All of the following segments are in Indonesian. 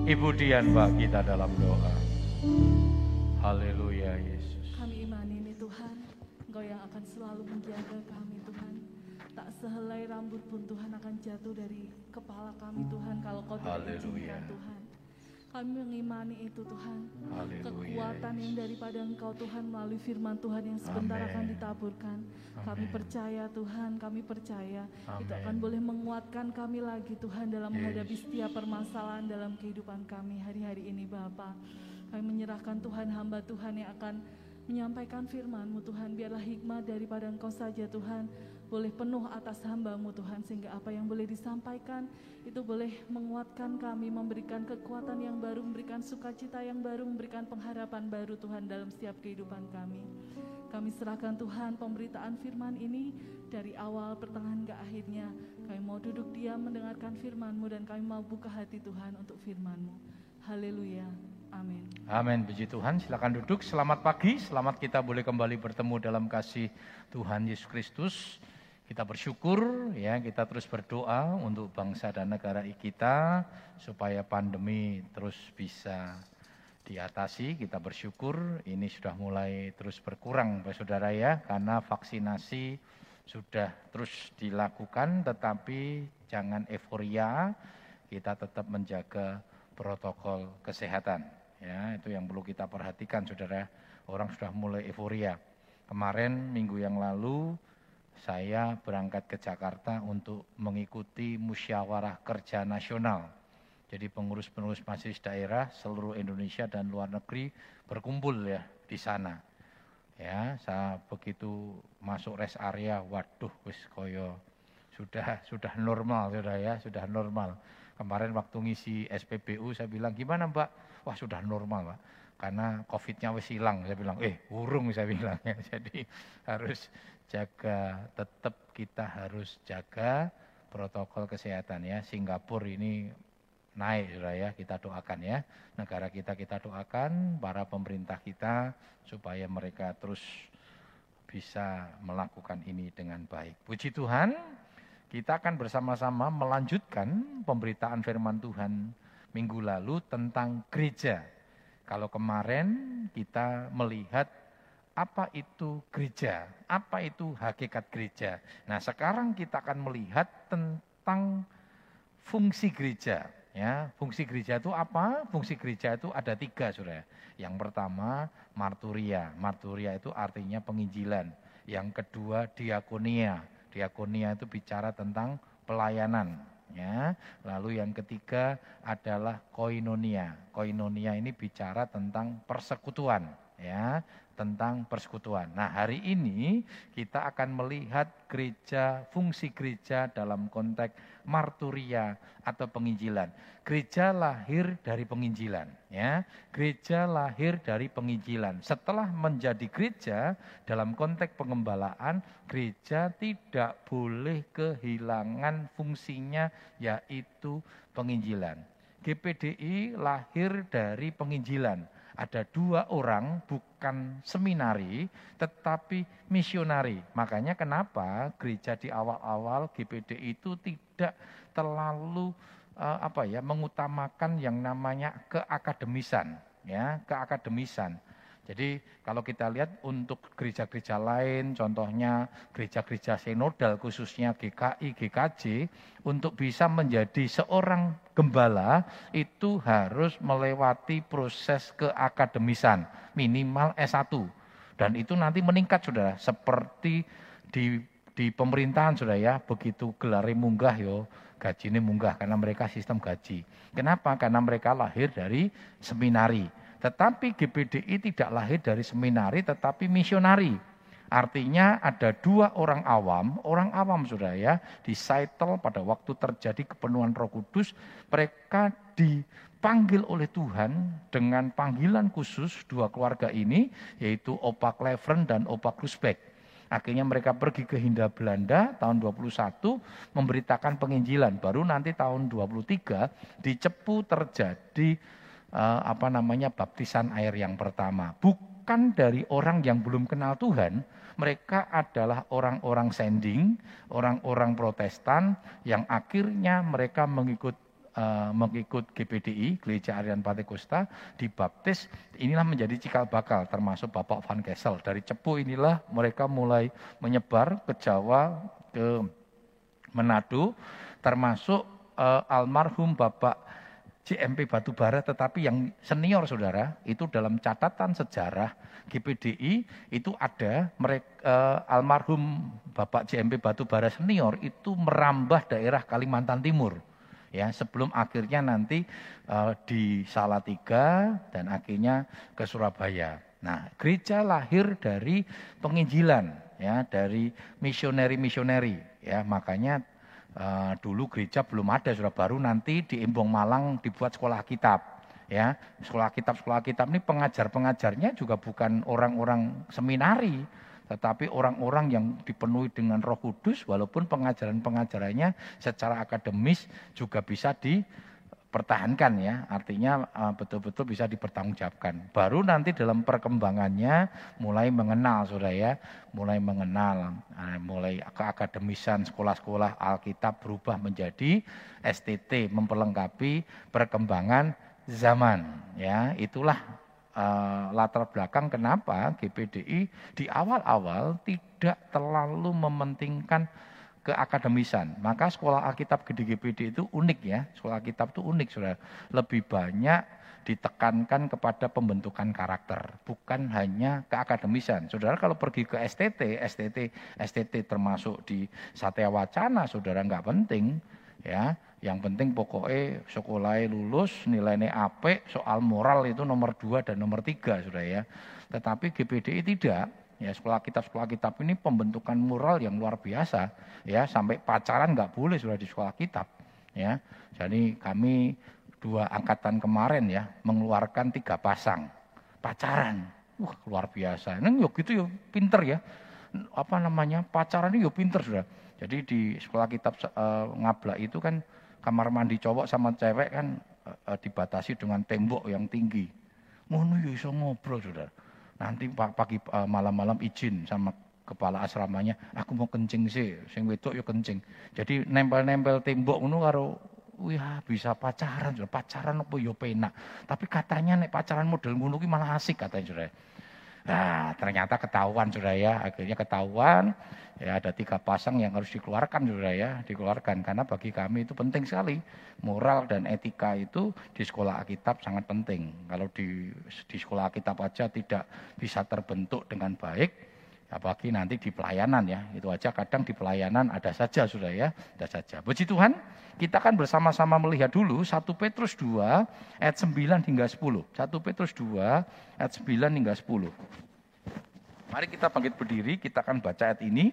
Ibu Dian Mbak kita dalam doa. Haleluya Yesus. Kami imani ini Tuhan, Engkau yang akan selalu menjaga kami Tuhan. Tak sehelai rambut pun Tuhan akan jatuh dari kepala kami Tuhan kalau Kau tidak izinkan Tuhan. Kami mengimani itu Tuhan. Kekuatan yang daripada Engkau Tuhan melalui firman Tuhan yang sebentar akan ditaburkan. Kami percaya Tuhan, kami percaya itu akan boleh menguatkan kami lagi Tuhan dalam menghadapi setiap permasalahan dalam kehidupan kami hari-hari ini Bapa. Kami menyerahkan Tuhan hamba Tuhan yang akan menyampaikan firman-Mu Tuhan. Biarlah hikmat daripada Engkau saja Tuhan boleh penuh atas hamba-Mu Tuhan, sehingga apa yang boleh disampaikan itu boleh menguatkan kami, memberikan kekuatan yang baru, memberikan sukacita yang baru, memberikan pengharapan baru Tuhan dalam setiap kehidupan kami. Kami serahkan Tuhan pemberitaan firman ini dari awal, pertengahan ke akhirnya. Kami mau duduk diam mendengarkan firman-Mu dan kami mau buka hati Tuhan untuk firman-Mu. Haleluya. Amin. Amin, puji Tuhan. Silakan duduk. Selamat pagi, selamat kita boleh kembali bertemu dalam kasih Tuhan Yesus Kristus. Kita bersyukur ya, kita terus berdoa untuk bangsa dan negara kita supaya pandemi terus bisa diatasi. Kita bersyukur ini sudah mulai terus berkurang Bapak Saudara ya, karena vaksinasi sudah terus dilakukan, tetapi jangan euforia, kita tetap menjaga protokol kesehatan. Ya, itu yang perlu kita perhatikan Saudara. Orang sudah mulai euforia. Kemarin minggu yang lalu saya berangkat ke Jakarta untuk mengikuti musyawarah kerja nasional. Jadi pengurus-pengurus majelis daerah seluruh Indonesia dan luar negeri berkumpul ya di sana. Ya, saya begitu masuk rest area, waduh wis koyo sudah normal Saudara ya, sudah normal. Kemarin waktu ngisi SPBU saya bilang, gimana Mbak? Wah sudah normal Pak, karena COVID-nya wis hilang. Saya bilang, urung saya bilang ya. Jadi harus jaga, tetap kita harus jaga protokol kesehatan ya. Singapura ini naik Saudara ya, kita doakan ya. Negara kita doakan, para pemerintah kita supaya mereka terus bisa melakukan ini dengan baik. Puji Tuhan. Kita akan bersama-sama melanjutkan pemberitaan firman Tuhan minggu lalu tentang gereja. Kalau kemarin kita melihat apa itu gereja, apa itu hakikat gereja. Nah sekarang kita akan melihat tentang fungsi gereja. Ya, fungsi gereja itu apa? Fungsi gereja itu ada 3 Saudara. Yang pertama marturia. Marturia itu artinya penginjilan. Yang kedua diakonia. Diakonia itu bicara tentang pelayanan, ya. Lalu yang ketiga adalah koinonia. Koinonia ini bicara tentang persekutuan, ya, tentang persekutuan. Nah, hari ini kita akan melihat gereja, fungsi gereja dalam konteks marturia atau penginjilan. Gereja lahir dari penginjilan, ya. Gereja lahir dari penginjilan. Setelah menjadi gereja dalam konteks pengembalaan, gereja tidak boleh kehilangan fungsinya, yaitu penginjilan. GPDI lahir dari penginjilan. Ada 2 orang, bukan seminari, tetapi misionari. Makanya kenapa gereja di awal-awal GPDI itu tidak terlalu mengutamakan yang namanya keakademisan, ya, keakademisan. Jadi kalau kita lihat untuk gereja-gereja lain, contohnya gereja-gereja sinodal khususnya GKI, GKJ, untuk bisa menjadi seorang gembala itu harus melewati proses keakademisan, minimal S1. Dan itu nanti meningkat Saudara, seperti di pemerintahan Saudara ya, begitu gelare munggah yo, gajinya munggah karena mereka sistem gaji. Kenapa? Karena mereka lahir dari seminari. Tetapi GPDI tidak lahir dari seminari tetapi misionari. Artinya ada 2 orang awam Saudara ya, disettle pada waktu terjadi kepenuhan Roh Kudus, mereka dipanggil oleh Tuhan dengan panggilan khusus 2 keluarga ini, yaitu Opa Cleveren dan Opa Krusbeck. Akhirnya mereka pergi ke Hindia Belanda tahun 21 memberitakan penginjilan. Baru nanti tahun 23 di Cepu terjadi baptisan air yang pertama. Bukan dari orang yang belum kenal Tuhan, mereka adalah orang-orang sending, orang-orang Protestan yang akhirnya mereka mengikut mengikut GPDI, Gereja Arian Pantekosta, dibaptis, inilah menjadi cikal bakal, termasuk Bapak Van Kessel. Dari Cepu inilah mereka mulai menyebar ke Jawa, ke Manado, termasuk almarhum Bapak JMP Batubara, tetapi yang senior saudara, itu dalam catatan sejarah GPDI itu ada almarhum Bapak JMP Batubara senior itu merambah daerah Kalimantan Timur. Ya, sebelum akhirnya nanti di Salatiga dan akhirnya ke Surabaya. Nah, gereja lahir dari penginjilan, ya, dari misioneri-misioneri, ya, makanya dulu gereja belum ada, sudah baru nanti di Embong Malang dibuat sekolah kitab, ya, sekolah kitab ini pengajar-pengajarnya juga bukan orang-orang seminari, tetapi orang-orang yang dipenuhi dengan Roh Kudus, walaupun pengajaran-pengajarannya secara akademis juga bisa dipertahankan, ya, artinya betul-betul bisa dipertanggungjawabkan. Baru nanti dalam perkembangannya mulai mengenal, saudara, ya, mulai mengenal, mulai keakademisan sekolah-sekolah Alkitab berubah menjadi STT, memperlengkapi perkembangan zaman, ya, itulah latar belakang kenapa GPDI di awal-awal tidak terlalu mementingkan keakademisan. Maka sekolah Alkitab Gede GPDI itu unik, ya. Sekolah Alkitab itu unik, saudara. Lebih banyak ditekankan kepada pembentukan karakter, bukan hanya keakademisan. Saudara kalau pergi ke STT termasuk di Satya Wacana, saudara nggak penting, ya. Yang penting pokoknya sekolahnya lulus, nilainya apik, soal moral itu nomor 2 dan nomor 3, saudara, ya. Tetapi GPDI tidak, ya, sekolah kitab ini pembentukan moral yang luar biasa, ya, sampai pacaran nggak boleh, saudara, di sekolah kitab, ya. Jadi kami 2 angkatan kemarin, ya, mengeluarkan 3 pasang pacaran, wah luar biasa. Ini yuk gitu ya, pinter, ya. Apa namanya, pacaran ini yuk pinter, saudara. Jadi di sekolah kitab Ngablak itu kan kamar mandi cowok sama cewek kan dibatasi dengan tembok yang tinggi. Ngono ya iso ngobrol, saudara. Nanti pagi malam-malam izin sama kepala asramanya, aku mau kencing sih, sing wedok ya kencing. Jadi nempel-nempel tembok ngono karo wah bisa pacaran, saudara. Pacaran apa ya penak. Tapi katanya nek pacaran model ngono ki malah asik katanya, saudara. Nah, ternyata ketahuan, saudara, ya. Akhirnya ketahuan, ya, ada 3 pasang yang harus dikeluarkan, saudara, ya. Dikeluarkan karena bagi kami itu penting sekali. Moral dan etika itu di sekolah Alkitab sangat penting. Kalau di sekolah Alkitab aja tidak bisa terbentuk dengan baik, apalagi nanti di pelayanan, ya. Itu aja kadang di pelayanan ada saja, saudara, ya. Ada saja. Puji Tuhan, kita akan bersama-sama melihat dulu 1 Petrus 2 ayat 9 hingga 10. 1 Petrus 2 ayat 9 hingga 10. Mari kita bangkit berdiri, kita akan baca ayat ini.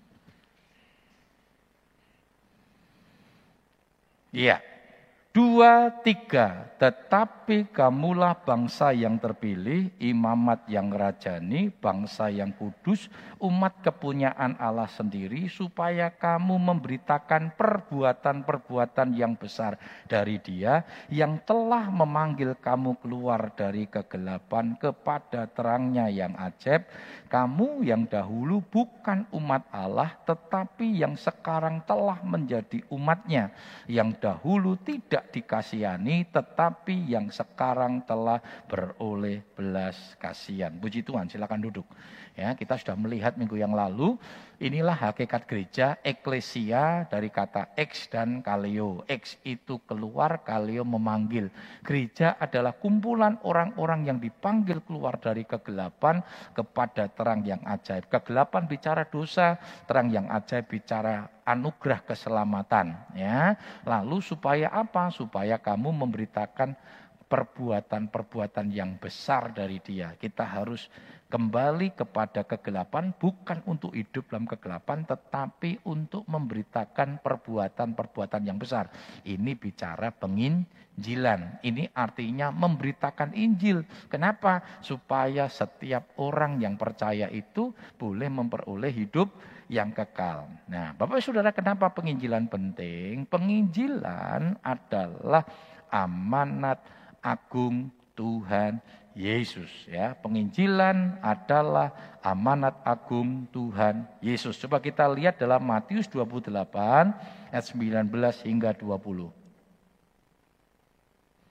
Iya. 2, 3, tetapi kamulah bangsa yang terpilih, imamat yang rajani, bangsa yang kudus, umat kepunyaan Allah sendiri, supaya kamu memberitakan perbuatan-perbuatan yang besar dari Dia, yang telah memanggil kamu keluar dari kegelapan kepada terangnya yang ajaib. Kamu yang dahulu bukan umat Allah, tetapi yang sekarang telah menjadi umatnya, yang dahulu tidak dikasihani, tetapi yang sekarang telah beroleh belas kasihan. Puji Tuhan, silakan duduk. Ya, kita sudah melihat minggu yang lalu, inilah hakikat gereja, eklesia dari kata ex dan kaleo. Ex itu keluar, kaleo memanggil. Gereja adalah kumpulan orang-orang yang dipanggil keluar dari kegelapan kepada terang yang ajaib. Kegelapan bicara dosa, terang yang ajaib bicara anugerah keselamatan. Ya, lalu supaya apa? Supaya kamu memberitakan perbuatan-perbuatan yang besar dari Dia. Kita harus kembali kepada kegelapan, bukan untuk hidup dalam kegelapan, tetapi untuk memberitakan perbuatan-perbuatan yang besar. Ini bicara penginjilan. Ini artinya memberitakan Injil. Kenapa? Supaya setiap orang yang percaya itu boleh memperoleh hidup yang kekal. Nah, Bapak Saudara, kenapa penginjilan penting? Penginjilan adalah amanat agung Tuhan Yesus, ya. Penginjilan adalah amanat agung Tuhan Yesus. Coba kita lihat dalam Matius 28 ayat 19 hingga 20.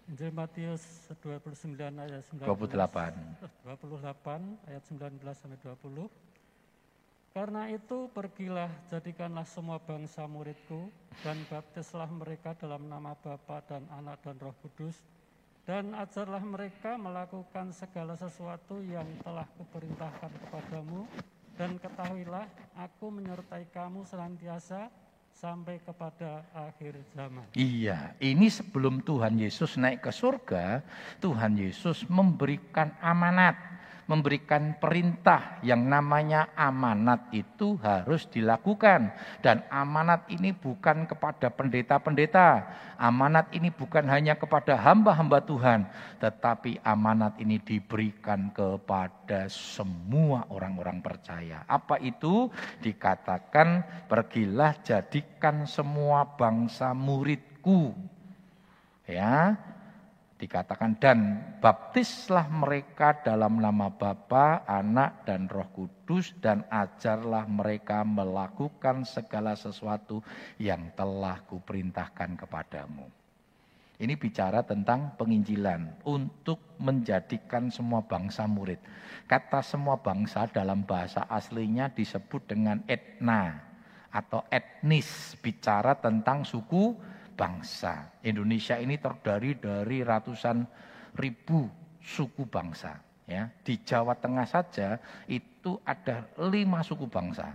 Injil Matius 29 ayat 19, 28. 28 ayat 19 sampai 20. Karena itu pergilah, jadikanlah semua bangsa muridku, dan baptislah mereka dalam nama Bapa dan Anak dan Roh Kudus, dan ajarlah mereka melakukan segala sesuatu yang telah kuperintahkan kepadamu, dan ketahuilah aku menyertai kamu senantiasa sampai kepada akhir zaman. Iya, ini sebelum Tuhan Yesus naik ke surga, Tuhan Yesus memberikan amanat, memberikan perintah yang namanya amanat itu harus dilakukan. Dan amanat ini bukan kepada pendeta-pendeta, amanat ini bukan hanya kepada hamba-hamba Tuhan, tetapi amanat ini diberikan kepada semua orang-orang percaya. Apa itu? Dikatakan, pergilah jadikan semua bangsa muridku. Ya, dikatakan, dan baptislah mereka dalam nama Bapa, Anak, dan Roh Kudus, dan ajarlah mereka melakukan segala sesuatu yang telah kuperintahkan kepadamu. Ini bicara tentang penginjilan untuk menjadikan semua bangsa murid. Kata semua bangsa dalam bahasa aslinya disebut dengan etna atau etnis, bicara tentang suku bangsa. Indonesia ini terdiri dari ratusan ribu suku bangsa. Ya, di Jawa Tengah saja itu ada 5 suku bangsa.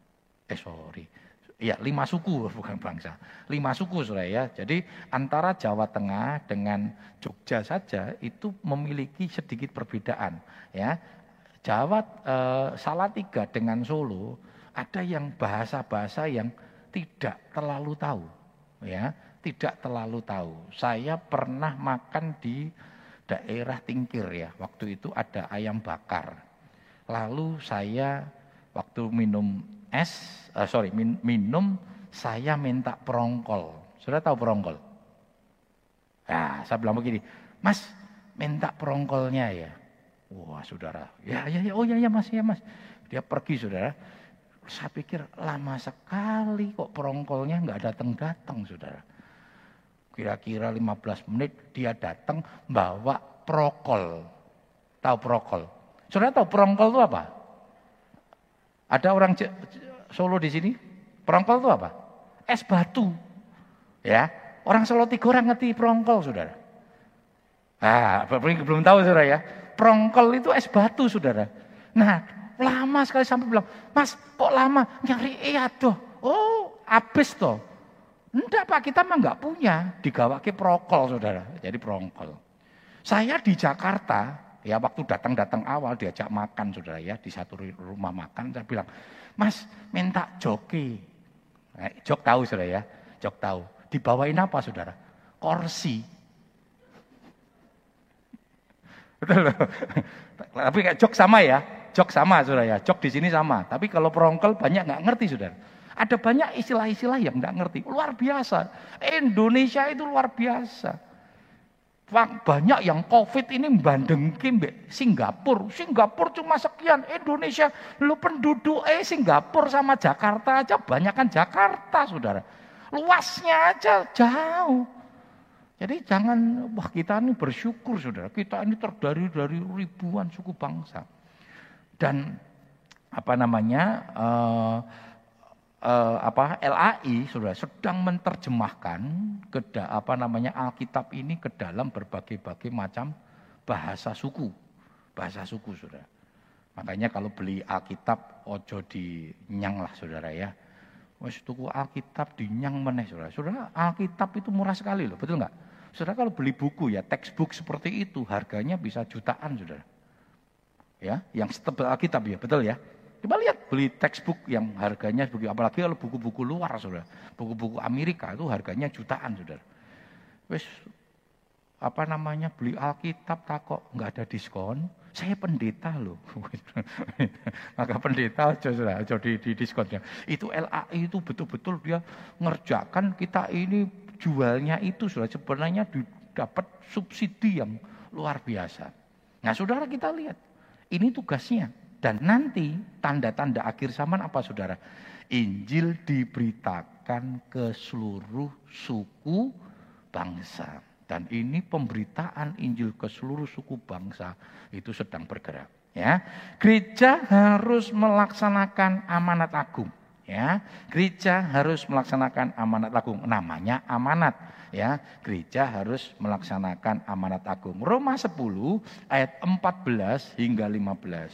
5 suku bukan bangsa. 5 suku saudara ya. Jadi antara Jawa Tengah dengan Jogja saja itu memiliki sedikit perbedaan. Ya, Jawa Salatiga dengan Solo ada yang bahasa-bahasa yang tidak terlalu tahu. Ya, tidak terlalu tahu. Saya pernah makan di daerah Tingkir ya. Waktu itu ada ayam bakar. Lalu saya waktu minum minum saya minta perongkol. Sudah tahu perongkol? Nah, saya bilang begini, Mas, minta perongkolnya ya. Wah, saudara. Ya, oh ya Mas, ya Mas. Dia pergi, saudara. Saya pikir lama sekali kok perongkolnya nggak datang-datang, saudara. Kira-kira 15 menit dia datang bawa prokol. Tahu prokol? Saudara tahu perongkol itu apa? Ada orang Solo di sini? Perongkol itu apa? Es batu. Ya, orang Solo 3 orang ngerti perongkol, saudara. Belum tahu, saudara ya. Perongkol itu es batu, saudara. Nah, lama sekali sampai bilang, Mas, kok lama? Nyari aduh. Oh, habis toh. Enggak Pak, kita mah enggak punya. Digawake prokol, saudara. Jadi perongkol. Saya di Jakarta, ya waktu datang awal diajak makan, saudara ya. Di satu rumah makan, saya bilang, Mas, minta joki. Nah, jok tahu, saudara ya. Jok tahu. Dibawain apa, saudara? Kursi. Betul loh. Tapi kayak jok sama ya. Jok sama, saudara ya. Jok di sini sama. Tapi kalau perongkol banyak nggak ngerti, saudara. Ada banyak istilah-istilah yang nggak ngerti. Luar biasa. Indonesia itu luar biasa. Banyak yang COVID ini bandengin Singapura. Singapura cuma sekian. Indonesia, lu penduduk Singapura sama Jakarta aja banyak kan Jakarta, saudara. Luasnya aja jauh. Jadi jangan, kita ini bersyukur, saudara. Kita ini terdiri dari ribuan suku bangsa. Dan LAI saudara sedang menerjemahkan Alkitab ini ke dalam berbagai macam bahasa suku saudara. Makanya kalau beli Alkitab ojo dinyang lah, saudara ya. Wes tuku Alkitab dinyang meneh, saudara. Saudara, Alkitab itu murah sekali loh, betul nggak? Saudara kalau beli buku ya, textbook seperti itu harganya bisa jutaan, saudara. Ya, yang setebal Alkitab ya, betul ya. Coba lihat beli textbook yang harganya begitu, apalagi kalau buku-buku luar, saudara. Buku-buku Amerika itu harganya jutaan, saudara. Wes beli Alkitab takok nggak ada diskon. Saya pendeta loh. Maka pendeta aja di diskonnya. Itu LAI itu betul-betul dia ngerjakan kita ini jualnya itu sudah sebenarnya dapat subsidi yang luar biasa. Nah, saudara kita lihat. Ini tugasnya. Dan nanti tanda-tanda akhir zaman apa, saudara? Injil diberitakan ke seluruh suku bangsa. Dan ini pemberitaan Injil ke seluruh suku bangsa itu sedang bergerak. Ya, gereja harus melaksanakan amanat agung. Ya, gereja harus melaksanakan amanat agung. Namanya amanat. Ya, gereja harus melaksanakan amanat agung. Roma 10 ayat 14 hingga 15.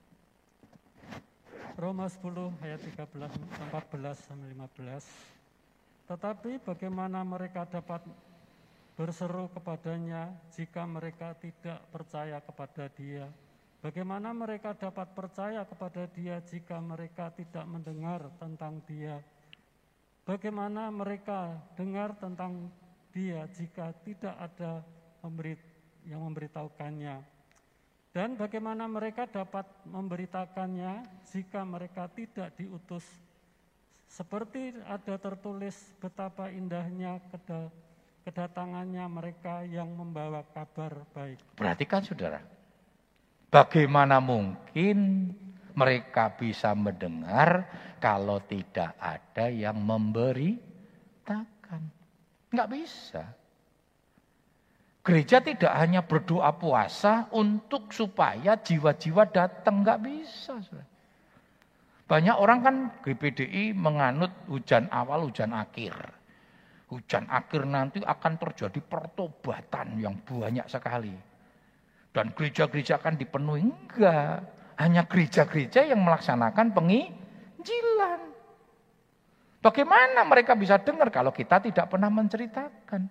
Roma 10 ayat 14 sampai 15. Tetapi bagaimana mereka dapat berseru kepadanya jika mereka tidak percaya kepada Dia? Bagaimana mereka dapat percaya kepada Dia jika mereka tidak mendengar tentang Dia? Bagaimana mereka dengar tentang Dia jika tidak ada yang memberitahukannya? Dan bagaimana mereka dapat memberitakannya jika mereka tidak diutus? Seperti ada tertulis betapa indahnya kedatangannya mereka yang membawa kabar baik. Perhatikan saudara, bagaimana mungkin mereka bisa mendengar kalau tidak ada yang memberitakan? Enggak bisa. Gereja tidak hanya berdoa puasa untuk supaya jiwa-jiwa datang, enggak bisa. Saudara. Banyak orang kan GPDI menganut hujan awal, hujan akhir. Hujan akhir nanti akan terjadi pertobatan yang banyak sekali. Dan gereja-gereja akan dipenuhi. Enggak. Hanya gereja-gereja yang melaksanakan penginjilan. Bagaimana mereka bisa dengar kalau kita tidak pernah menceritakan?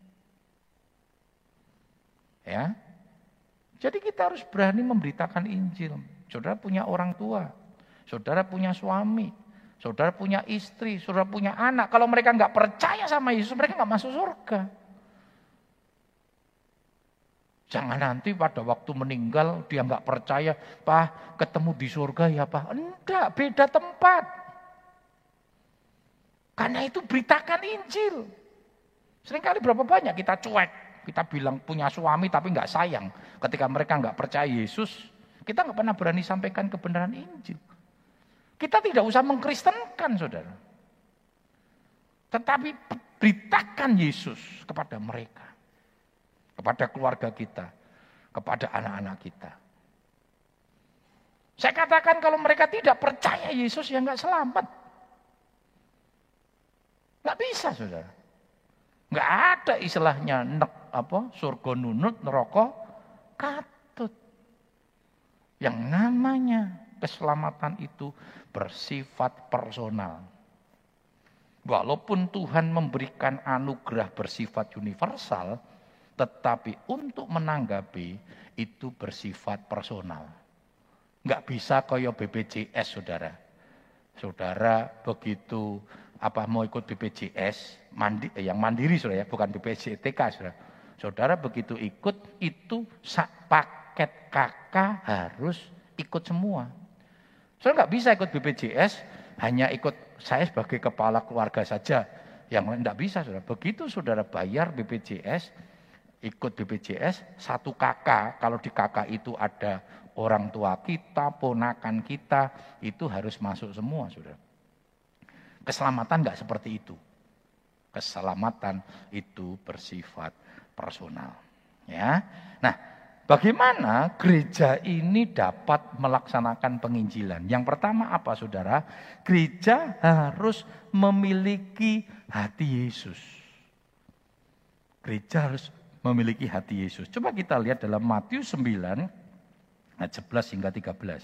Ya. Jadi kita harus berani memberitakan Injil. Saudara punya orang tua. Saudara punya suami. Saudara punya istri. Saudara punya anak. Kalau mereka nggak percaya sama Yesus, mereka nggak masuk surga. Jangan nanti pada waktu meninggal dia nggak percaya, Pak ketemu di surga ya Pak. Enggak, beda tempat. Karena itu beritakan Injil. Seringkali berapa banyak kita cuek, kita bilang punya suami tapi nggak sayang. Ketika mereka nggak percaya Yesus, kita nggak pernah berani sampaikan kebenaran Injil. Kita tidak usah mengkristenkan saudara. Tetapi beritakan Yesus kepada mereka. Kepada keluarga kita, kepada anak-anak kita. Saya katakan kalau mereka tidak percaya Yesus ya nggak selamat. Nggak bisa saudara. Nggak ada istilahnya surga nunut, neraka katut. Yang namanya keselamatan itu bersifat personal. Walaupun Tuhan memberikan anugerah bersifat universal, tetapi untuk menanggapi itu bersifat personal. Enggak bisa kayak BPJS saudara. Saudara begitu mau ikut BPJS, yang mandiri saudara ya, bukan BPJTK saudara. Saudara begitu ikut itu paket KK harus ikut semua. Saudara enggak bisa ikut BPJS, hanya ikut saya sebagai kepala keluarga saja. Yang enggak bisa saudara. Begitu saudara bayar BPJS, ikut BPJS, satu KK, kalau di KK itu ada orang tua kita, ponakan kita, itu harus masuk semua, saudara. Keselamatan enggak seperti itu. Keselamatan itu bersifat personal. Ya. Nah, bagaimana gereja ini dapat melaksanakan penginjilan? Yang pertama apa, saudara? Gereja harus memiliki hati Yesus. Gereja harus memiliki hati Yesus. Coba kita lihat dalam Matius 9 ayat 11 hingga 13.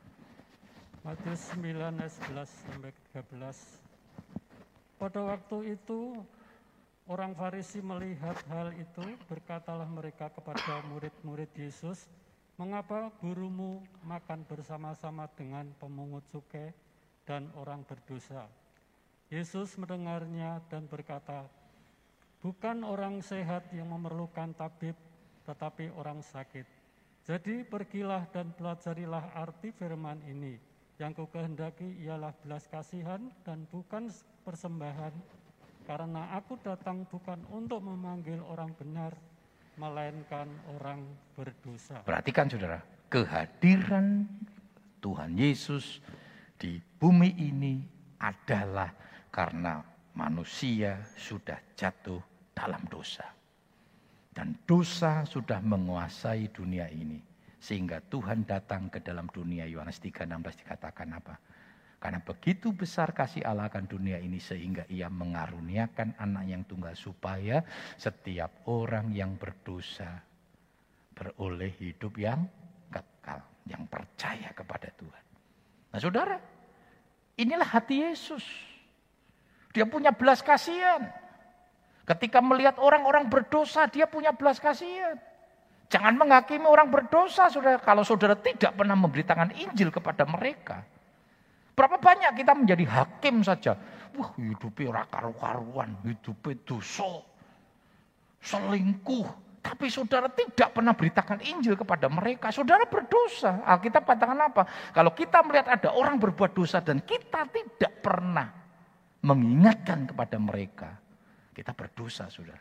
Matius 9 ayat 11 sampai 13. Pada waktu itu orang Farisi melihat hal itu, berkatalah mereka kepada murid-murid Yesus, "Mengapa gurumu makan bersama-sama dengan pemungut cukai dan orang berdosa?" Yesus mendengarnya dan berkata, "Bukan orang sehat yang memerlukan tabib, tetapi orang sakit. Jadi pergilah dan pelajarilah arti firman ini. Yang kukehendaki ialah belas kasihan dan bukan persembahan, karena aku datang bukan untuk memanggil orang benar, melainkan orang berdosa." Perhatikan saudara, kehadiran Tuhan Yesus di bumi ini adalah karena manusia sudah jatuh dalam dosa. Dan dosa sudah menguasai dunia ini. Sehingga Tuhan datang ke dalam dunia. Yohanes 3:16 dikatakan apa? Karena begitu besar kasih Allah akan dunia ini sehingga ia mengaruniakan anak yang tunggal supaya setiap orang yang berdosa beroleh hidup yang kekal, yang percaya kepada Tuhan. Nah saudara, inilah hati Yesus. Dia punya belas kasihan. Ketika melihat orang-orang berdosa, dia punya belas kasihan. Jangan menghakimi orang berdosa, saudara, kalau saudara tidak pernah memberitakan Injil kepada mereka. Berapa banyak kita menjadi hakim saja. Wah, hidupnya ora karu-karuan, hidupnya dosa, selingkuh. Tapi saudara tidak pernah beritakan Injil kepada mereka. Saudara berdosa. Alkitab katakan apa? Kalau kita melihat ada orang berbuat dosa dan kita tidak pernah mengingatkan kepada mereka, kita berdosa, saudara.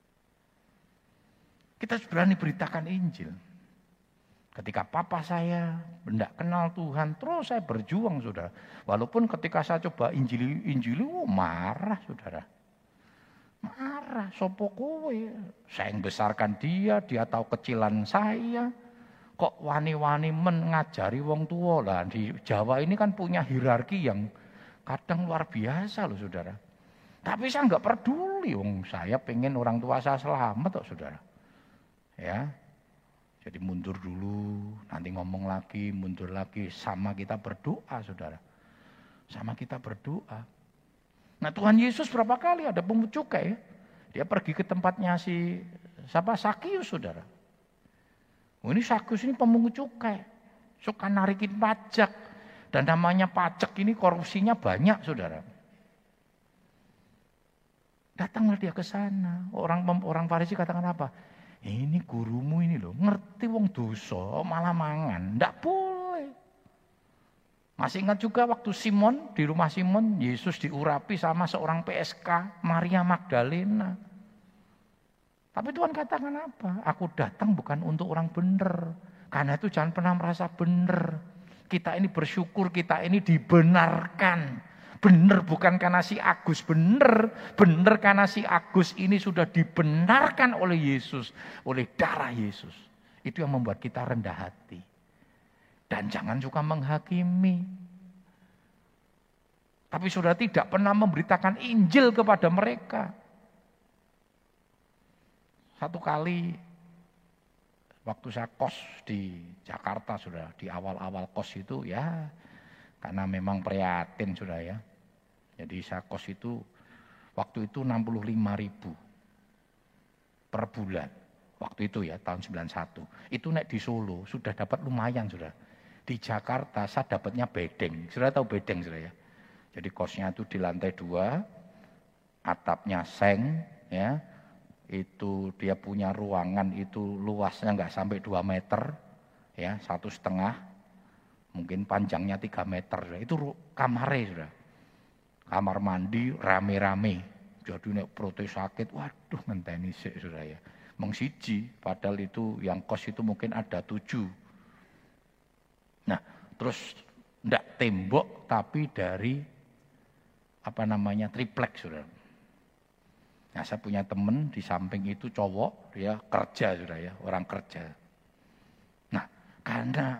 Kita berani beritakan Injil. Ketika papa saya tidak kenal Tuhan, terus saya berjuang, saudara. Walaupun ketika saya coba injili, marah, saudara. Marah, sopo kowe. Saya yang besarkan dia tahu kecilan saya. Kok wani-wani mengajari wong tua lah. Di Jawa ini kan punya hierarki yang kadang luar biasa loh, saudara. Tapi saya nggak peduli, saya pengen orang tua saya selamat kok, saudara. Ya. Jadi mundur dulu, nanti ngomong lagi, mundur lagi. Sama kita berdoa, saudara. Sama kita berdoa. Nah Tuhan Yesus berapa kali ada pungut cukai. Dia pergi ke tempatnya Sakius, saudara. Ini Sakius ini pemungut cukai. Suka narikin pajak. Dan namanya pajak ini korupsinya banyak, saudara. Datanglah dia ke sana. Orang Farisi katakan apa? Ini gurumu ini loh, ngerti wong dosa malah mangan. Ndak boleh. Masih ingat juga waktu Simon, di rumah Simon, Yesus diurapi sama seorang PSK, Maria Magdalena. Tapi Tuhan katakan apa? Aku datang bukan untuk orang benar. Karena itu jangan pernah merasa benar. Kita ini bersyukur, kita ini dibenarkan. Benar bukan karena si Agus benar. Benar karena si Agus ini sudah dibenarkan oleh Yesus. Oleh darah Yesus. Itu yang membuat kita rendah hati. Dan jangan suka menghakimi. Tapi saudara tidak pernah memberitakan Injil kepada mereka. Satu kali waktu saya kos di Jakarta, saudara. Di awal-awal kos itu ya. Karena memang prihatin, saudara ya. Jadi saya kos itu waktu itu 65.000 per bulan. Waktu itu ya tahun 91. Itu naik di Solo sudah dapat lumayan, sudah. Di Jakarta saya dapatnya bedeng. Sudah tahu bedeng, sudah ya. Jadi kosnya itu di lantai 2, atapnya seng, ya. Itu dia punya ruangan itu luasnya nggak sampai 2 meter, ya 1,5. Mungkin panjangnya 3 meter. Itu kamarnya, sudah. Kamar mandi rame-rame. Jadi nek protes sakit, waduh ngenteni sik, sudah ya. Mung siji, padahal itu yang kos itu mungkin ada 7. Nah, terus ndak tembok tapi dari triplex, sudah. Nah, saya punya teman di samping itu cowok, dia kerja, sudah ya, orang kerja. Nah, karena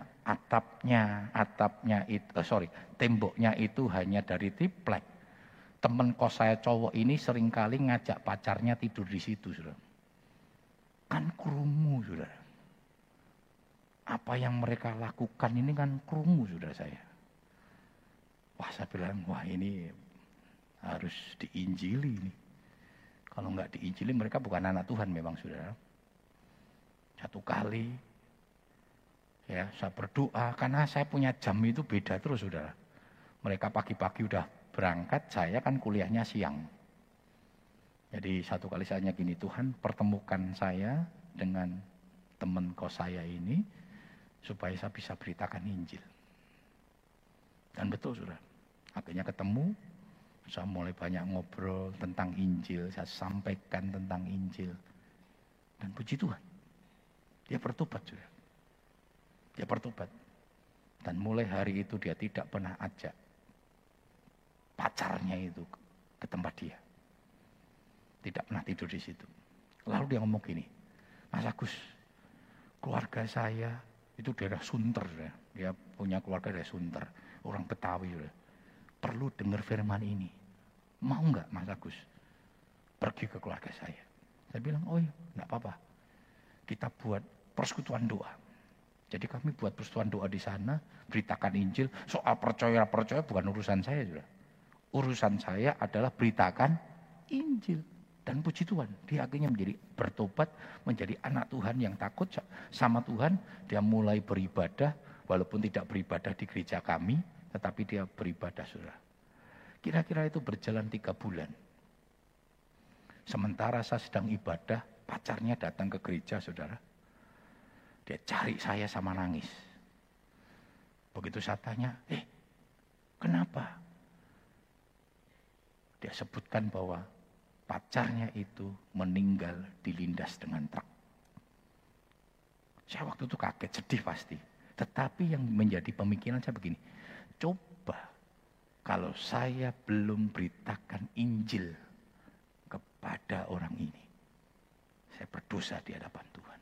temboknya itu hanya dari triplek. Teman kos saya cowok ini seringkali ngajak pacarnya tidur di situ, saudara. Kan krungu, saudara. Apa yang mereka lakukan ini kan krungu, saudara saya. Wah, saya bilang, wah ini harus diinjili ini. Kalau enggak diinjili mereka bukan anak Tuhan memang, saudara. Satu kali ya, saya berdoa karena saya punya jam itu beda terus, saudara. Mereka pagi-pagi udah berangkat, saya kan kuliahnya siang. Jadi satu kali saya gini, Tuhan pertemukan saya dengan teman kos saya ini supaya saya bisa beritakan Injil. Dan betul, saudara. Akhirnya ketemu, saya mulai banyak ngobrol tentang Injil, saya sampaikan tentang Injil. Dan puji Tuhan, dia bertobat, saudara. Dia bertobat. Dan mulai hari itu dia tidak pernah ajak pacarnya itu ke tempat dia. Tidak pernah tidur di situ. Lalu dia ngomong gini, Mas Agus, keluarga saya itu daerah Sunter. Dia punya keluarga daerah Sunter. Orang Betawi. Perlu dengar firman ini. Mau nggak Mas Agus? Pergi ke keluarga saya. Saya bilang, oh iya, nggak apa-apa. Kita buat persekutuan doa. Jadi kami buat persekutuan doa di sana, beritakan Injil. Soal percaya bukan urusan saya juga. Urusan saya adalah beritakan Injil. Dan puji Tuhan, dia akhirnya menjadi bertobat, menjadi anak Tuhan yang takut sama Tuhan. Dia mulai beribadah, walaupun tidak beribadah di gereja kami, tetapi dia beribadah, saudara. Kira-kira itu berjalan 3 bulan. Sementara saya sedang ibadah, pacarnya datang ke gereja, saudara. Dia cari saya sama nangis. Begitu saya tanya, kenapa? Dia sebutkan bahwa pacarnya itu meninggal dilindas dengan truk. Saya waktu itu kaget, sedih pasti. Tetapi yang menjadi pemikiran saya begini, coba kalau saya belum beritakan Injil kepada orang ini, saya berdosa di hadapan Tuhan.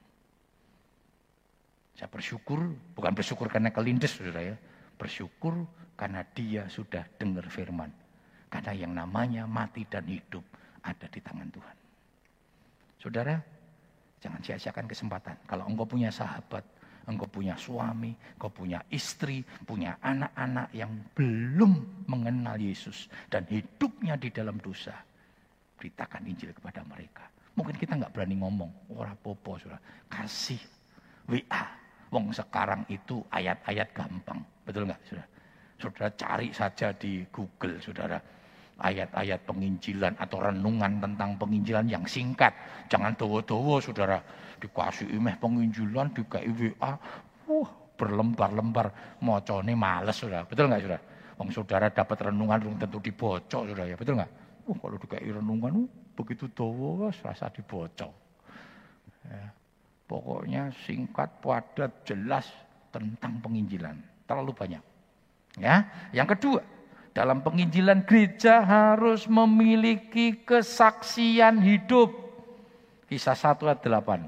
Saya bersyukur, bukan bersyukur karena kelindes, saudara ya. Bersyukur karena dia sudah dengar firman. Karena yang namanya mati dan hidup ada di tangan Tuhan. Saudara, jangan sia-siakan kesempatan. Kalau engkau punya sahabat, engkau punya suami, engkau punya istri, punya anak-anak yang belum mengenal Yesus dan hidupnya di dalam dosa, beritakan Injil kepada mereka. Mungkin kita nggak berani ngomong, ora popo, saudara. Kasih WA. Wong sekarang itu ayat-ayat gampang, betul nggak, saudara? Saudara cari saja di Google, saudara. Ayat-ayat penginjilan atau renungan tentang penginjilan yang singkat. Jangan dowo-dowo, saudara. Dikasih imeh penginjilan, dikasih WA. Berlembar-lembar. Mocone males, saudara. Betul nggak, saudara? Wong saudara dapat renungan belum tentu dibocok, saudara ya. Betul nggak? Kalau dikasih renungan, begitu dowo, rasa dibocok. Ya. Pokoknya singkat, padat, jelas tentang penginjilan. Terlalu banyak. Ya, yang kedua, dalam penginjilan gereja harus memiliki kesaksian hidup. Kisah 1 ayat 8.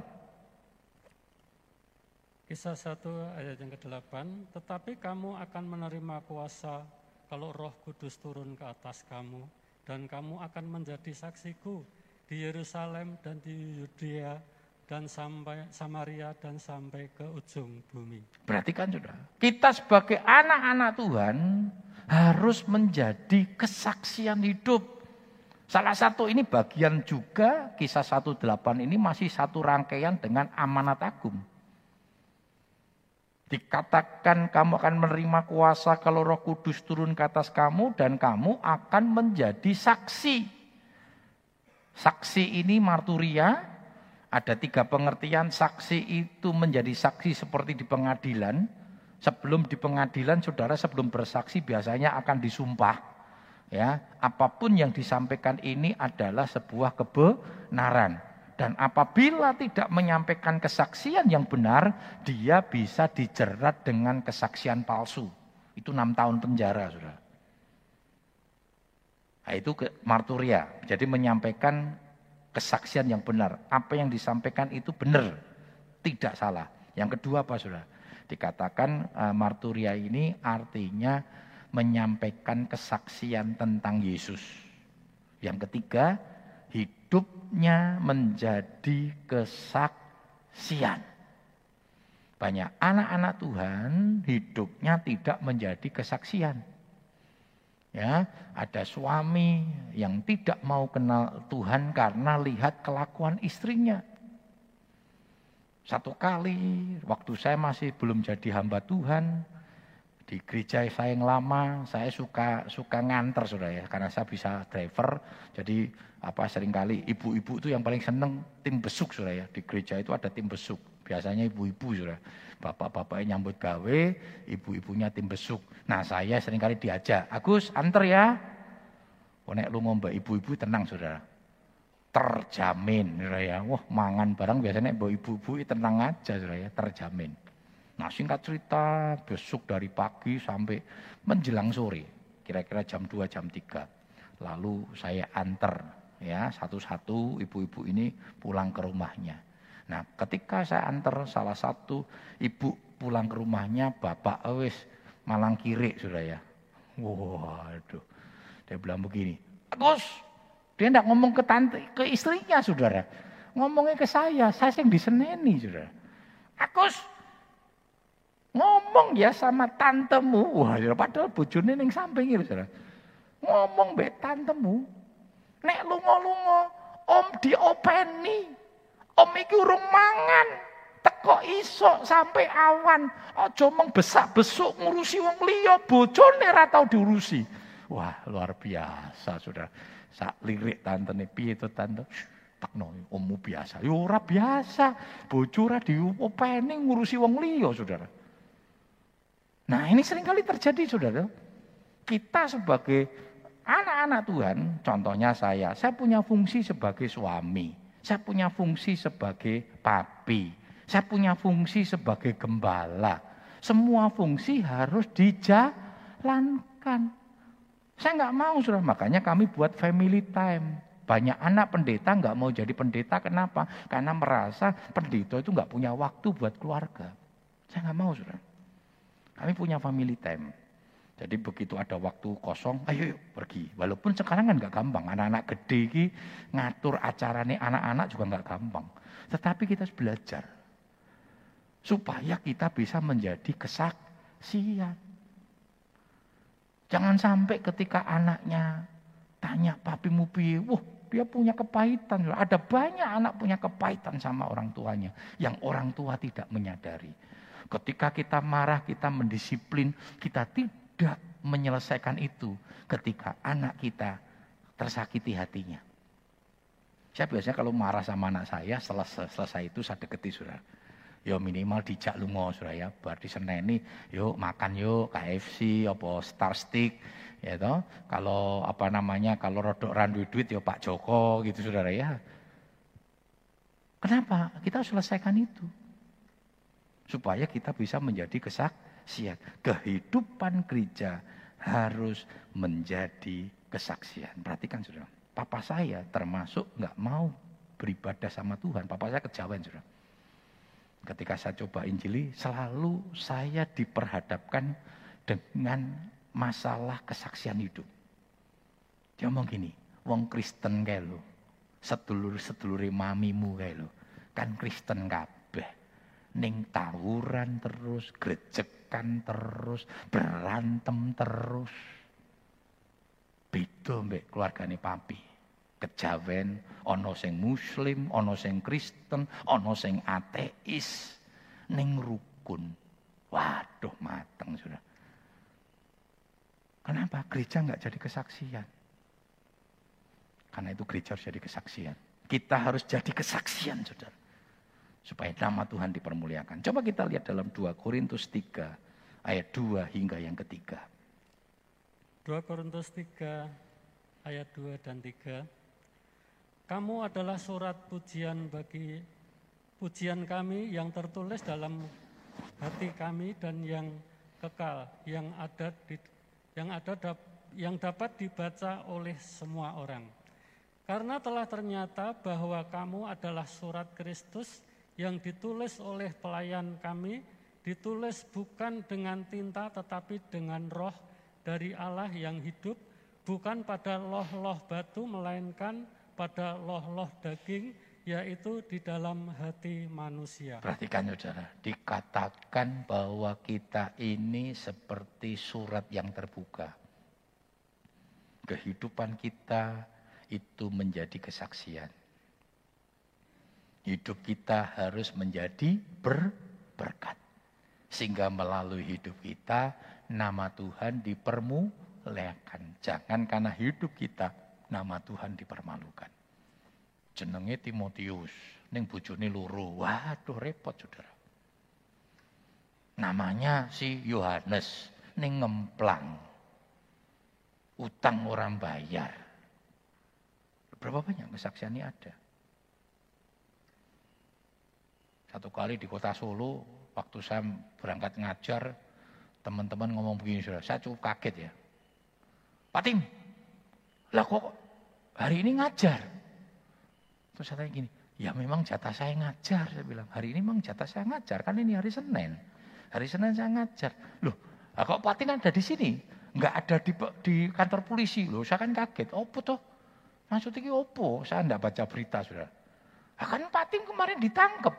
Kisah 1 ayat yang ke-8, tetapi kamu akan menerima kuasa kalau Roh Kudus turun ke atas kamu, dan kamu akan menjadi saksiku di Yerusalem dan di Yudea dan sampai Samaria dan sampai ke ujung bumi. Perhatikan saudara, kita sebagai anak-anak Tuhan harus menjadi kesaksian hidup. Salah satu ini bagian juga kisah 1:8 ini masih satu rangkaian dengan amanat agung. Dikatakan kamu akan menerima kuasa kalau Roh Kudus turun ke atas kamu dan kamu akan menjadi saksi. Saksi ini marturia. Ada 3 pengertian. Saksi itu menjadi saksi seperti di pengadilan. Sebelum di pengadilan, saudara sebelum bersaksi biasanya akan disumpah. Ya, apapun yang disampaikan ini adalah sebuah kebenaran. Dan apabila tidak menyampaikan kesaksian yang benar, dia bisa dijerat dengan kesaksian palsu. Itu 6 tahun penjara, saudara. Nah, itu marturia. Jadi menyampaikan kesaksian yang benar. Apa yang disampaikan itu benar, tidak salah. Yang kedua apa, saudara? Dikatakan marturia ini artinya menyampaikan kesaksian tentang Yesus. Yang ketiga, hidupnya menjadi kesaksian. Banyak anak-anak Tuhan hidupnya tidak menjadi kesaksian. Ya, ada suami yang tidak mau kenal Tuhan karena lihat kelakuan istrinya. Satu kali waktu saya masih belum jadi hamba Tuhan, di gereja saya yang lama, saya suka nganter, saudara ya, karena saya bisa driver. Jadi seringkali ibu-ibu itu yang paling seneng tim besuk, saudara ya. Di gereja itu ada tim besuk. Biasanya ibu-ibu, saudara. Bapak-bapaknya nyambut gawe, ibu-ibunya tim besuk. Nah, saya seringkali diajak, Agus anter ya. Nek lu ngombe ibu-ibu tenang, saudara. Terjamin, saudara ya. Wah, mangan barang biasanya mbok ibu-ibu tenang aja, saudara ya, terjamin. Nah, singkat cerita, besuk dari pagi sampai menjelang sore. Kira-kira jam 2, jam 3. Lalu saya anter ya, satu-satu ibu-ibu ini pulang ke rumahnya. Nah, ketika saya antar salah satu ibu pulang ke rumahnya, bapak wis malang kiri sudah ya. Waduh. Dia bilang begini, Agus, dia enggak ngomong ke istrinya, saudara. Ngomongnya ke saya yang diseneni, saudara. Agus, ngomong ya sama tantemu. Wah, padahal bojone ning samping iki, saudara. Ngomong mbek tantemu. Nek lunga-lunga, om diopeni. Om iki urung mangan, teko isuk sampai awan. Aja mung besak-besuk ngurusi wong liya, bojone ra tau diurusi. Wah, luar biasa, Saudara. Sak lirik tantene piye to tante? Takno ommu biasa. Ya ora biasa. Bojo ora diopeni ngurusi wong liya, Saudara. Nah, ini seringkali terjadi, Saudara. Kita sebagai anak-anak Tuhan, contohnya saya punya fungsi sebagai suami. Saya punya fungsi sebagai papi. Saya punya fungsi sebagai gembala. Semua fungsi harus dijalankan. Saya nggak mau, saudara. Makanya kami buat family time. Banyak anak pendeta nggak mau jadi pendeta. Kenapa? Karena merasa pendeta itu nggak punya waktu buat keluarga. Saya nggak mau, saudara. Kami punya family time. Jadi begitu ada waktu kosong, ayo yuk pergi. Walaupun sekarang kan gak gampang, anak-anak gede ini ngatur acaranya anak-anak juga gak gampang. Tetapi kita harus belajar. Supaya kita bisa menjadi kesaksian. Jangan sampai ketika anaknya tanya papimu piye, wah dia punya kepahitan. Ada banyak anak punya kepahitan sama orang tuanya. Yang orang tua tidak menyadari. Ketika kita marah, kita mendisiplin, kita tidak menyelesaikan itu ketika anak kita tersakiti hatinya. Saya biasanya kalau marah sama anak saya, selesai itu saya deketi, saudara. Ya minimal dijak lunga, saudara ya. Bar diseneni, yuk makan yuk KFC, apa Star Stick, ya toh. Kalau kalau rodok randu duit ya Pak Joko gitu, saudara ya. Kenapa? Kita harus selesaikan itu. Supaya kita bisa menjadi kesaksian. Kehidupan gereja harus menjadi kesaksian. Perhatikan, saudara. Papa saya termasuk nggak mau beribadah sama Tuhan. Papa saya kejawen, saudara. Ketika saya coba injili, selalu saya diperhadapkan dengan masalah kesaksian hidup. Dia ngomong gini, wong Kristen kayak lo, sedulur-sedulure mamimu kayak lo, kan Kristen kabeh. Ning tawuran terus, grejekan terus, berantem terus. Beda mbek keluargane papi. Kejawen, ana sing muslim, ana sing Kristen, ana sing ateis. Ning rukun. Waduh, mateng sudah. Kenapa gereja enggak jadi kesaksian? Karena itu gereja harus jadi kesaksian. Kita harus jadi kesaksian, saudara. Supaya nama Tuhan dipermuliakan. Coba kita lihat dalam 2 Korintus 3 ayat 2 hingga yang ketiga. 2 Korintus 3 ayat 2 dan 3. Kamu adalah surat pujian kami yang tertulis dalam hati kami dan yang kekal, yang dapat dibaca oleh semua orang. Karena telah ternyata bahwa kamu adalah surat Kristus yang ditulis oleh pelayan kami, ditulis bukan dengan tinta tetapi dengan roh dari Allah yang hidup, bukan pada loh-loh batu melainkan pada loh-loh daging, yaitu di dalam hati manusia. Perhatikan, saudara, dikatakan bahwa kita ini seperti surat yang terbuka. Kehidupan kita itu menjadi kesaksian. Hidup kita harus menjadi berkat. Sehingga melalui hidup kita, nama Tuhan dipermuliakan. Jangan karena hidup kita, nama Tuhan dipermalukan. Jenenge Timotius, ning bojone loro. Waduh, repot, saudara. Namanya si Yohanes, ning ngemplang. Utang orang bayar. Berapa banyak kesaksiannya ada? Satu kali di kota Solo, waktu saya berangkat ngajar, teman-teman ngomong begini, saudara. Saya cukup kaget ya. Pak Tim, lah kok hari ini ngajar? Terus saya tanya gini, Ya memang jatah saya ngajar, saya bilang. Hari ini memang jatah saya ngajar, kan ini hari Senin. Hari Senin saya ngajar. Loh, kok Patin ada di sini? Enggak ada di kantor polisi. Loh, saya kan kaget. Opo toh? Maksudnya ini opo? Saya enggak baca berita, saudara. Kan Patin kemarin ditangkap.